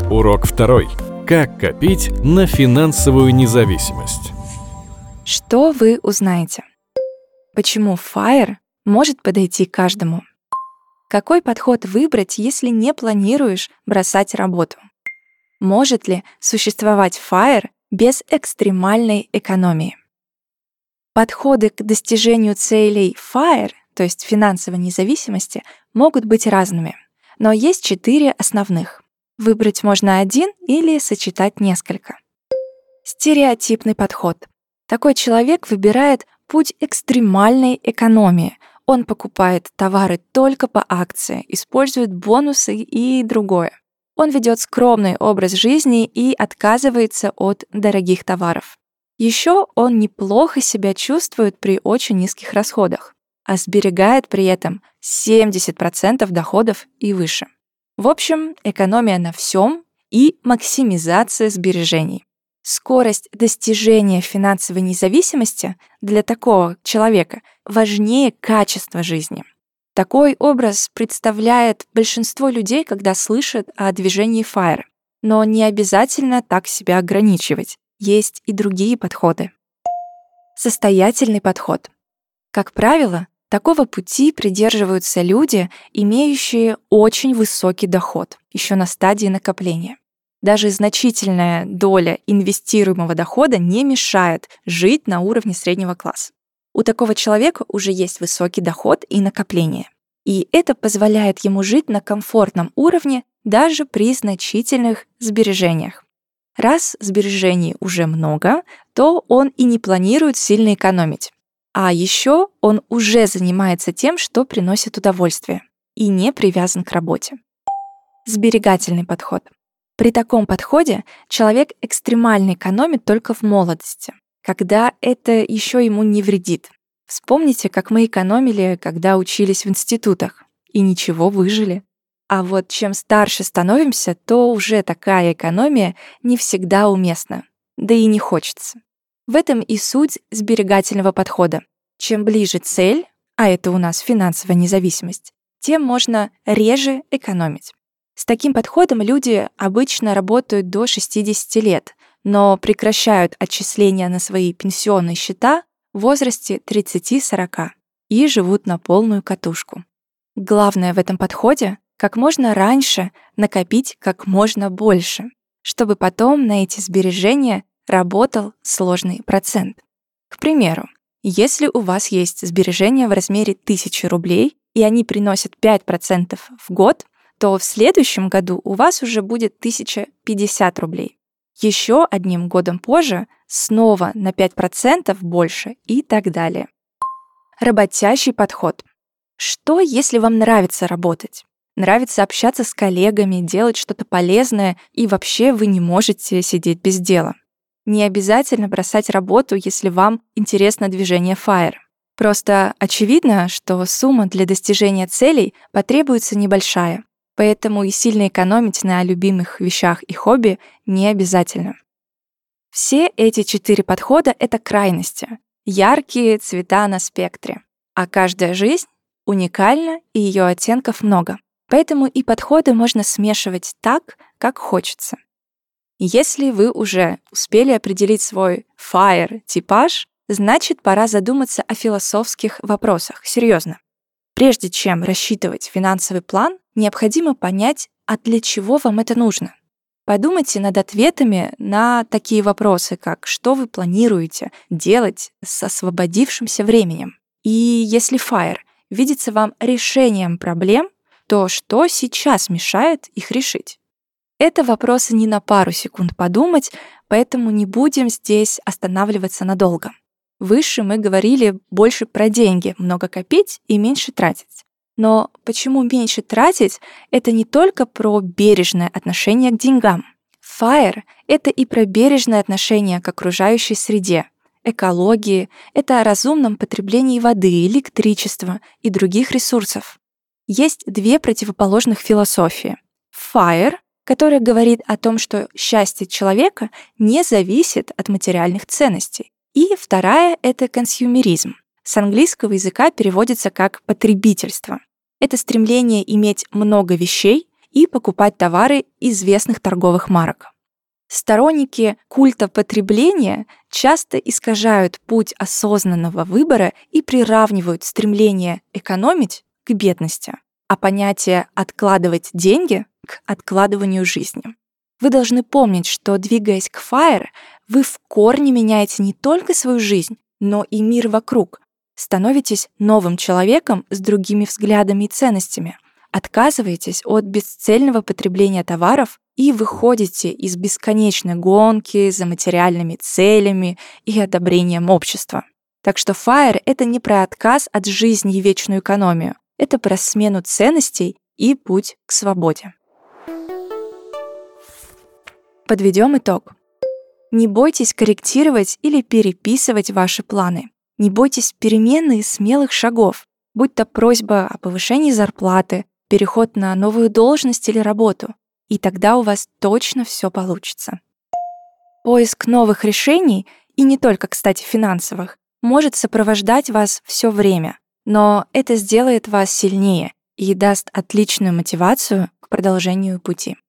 Урок 2. Как копить на финансовую независимость. Что вы узнаете? Почему FIRE может подойти каждому? Какой подход выбрать, если не планируешь бросать работу? Может ли существовать FIRE без экстремальной экономии? Подходы к достижению целей FIRE, то есть финансовой независимости, могут быть разными, но есть 4 основных. Выбрать можно один или сочетать несколько. Стереотипный подход. Такой человек выбирает путь экстремальной экономии. Он покупает товары только по акции, использует бонусы и другое. Он ведет скромный образ жизни и отказывается от дорогих товаров. Еще он неплохо себя чувствует при очень низких расходах, а сберегает при этом 70% доходов и выше. В общем, экономия на всем и максимизация сбережений. Скорость достижения финансовой независимости для такого человека важнее качества жизни. Такой образ представляет большинство людей, когда слышат о движении FIRE. Но не обязательно так себя ограничивать. Есть и другие подходы. Состоятельный подход. Как правило, такого пути придерживаются люди, имеющие очень высокий доход, еще на стадии накопления. Даже значительная доля инвестируемого дохода не мешает жить на уровне среднего класса. У такого человека уже есть высокий доход и накопление. И это позволяет ему жить на комфортном уровне даже при значительных сбережениях. Раз сбережений уже много, то он и не планирует сильно экономить. А еще он уже занимается тем, что приносит удовольствие, и не привязан к работе. Сберегательный подход. При таком подходе человек экстремально экономит только в молодости, когда это еще ему не вредит. Вспомните, как мы экономили, когда учились в институтах, и ничего, выжили. А вот чем старше становимся, то уже такая экономия не всегда уместна, да и не хочется. В этом и суть сберегательного подхода. Чем ближе цель, а это у нас финансовая независимость, тем можно реже экономить. С таким подходом люди обычно работают до 60 лет, но прекращают отчисления на свои пенсионные счета в возрасте 30-40 и живут на полную катушку. Главное в этом подходе — как можно раньше накопить как можно больше, чтобы потом на эти сбережения работал сложный процент. К примеру, если у вас есть сбережения в размере 1000 рублей, и они приносят 5% в год, то в следующем году у вас уже будет 1050 рублей. Еще одним годом позже снова на 5% больше и так далее. Работящий подход. Что, если вам нравится работать? Нравится общаться с коллегами, делать что-то полезное, и вообще вы не можете сидеть без дела. Не обязательно бросать работу, если вам интересно движение FIRE. Просто очевидно, что сумма для достижения целей потребуется небольшая, поэтому и сильно экономить на любимых вещах и хобби не обязательно. Все эти 4 подхода — это крайности, яркие цвета на спектре, а каждая жизнь уникальна, и ее оттенков много. Поэтому и подходы можно смешивать так, как хочется. Если вы уже успели определить свой FIRE-типаж, значит, пора задуматься о философских вопросах. Серьезно. Прежде чем рассчитывать финансовый план, необходимо понять, а для чего вам это нужно. Подумайте над ответами на такие вопросы, как что вы планируете делать с освободившимся временем. И если FIRE видится вам решением проблем, то что сейчас мешает их решить? Это вопросы не на пару секунд подумать, поэтому не будем здесь останавливаться надолго. Выше мы говорили больше про деньги, много копить и меньше тратить. Но почему меньше тратить — это не только про бережное отношение к деньгам. FIRE — это и про бережное отношение к окружающей среде, экологии, это о разумном потреблении воды, электричества и других ресурсов. Есть 2 противоположных философии. FIRE, которая говорит о том, что счастье человека не зависит от материальных ценностей. И вторая — это консюмеризм. С английского языка переводится как «потребительство». Это стремление иметь много вещей и покупать товары известных торговых марок. Сторонники культа потребления часто искажают путь осознанного выбора и приравнивают стремление экономить к бедности, а понятие «откладывать деньги» к откладыванию жизни. Вы должны помнить, что, двигаясь к FIRE, вы в корне меняете не только свою жизнь, но и мир вокруг, становитесь новым человеком с другими взглядами и ценностями, отказываетесь от бесцельного потребления товаров и выходите из бесконечной гонки за материальными целями и одобрением общества. Так что FIRE — это не про отказ от жизни и вечную экономию, это про смену ценностей и путь к свободе. Подведем итог. Не бойтесь корректировать или переписывать ваши планы. Не бойтесь перемены и смелых шагов, будь то просьба о повышении зарплаты, переход на новую должность или работу. И тогда у вас точно все получится. Поиск новых решений, и не только, кстати, финансовых, может сопровождать вас все время, но это сделает вас сильнее и даст отличную мотивацию к продолжению пути.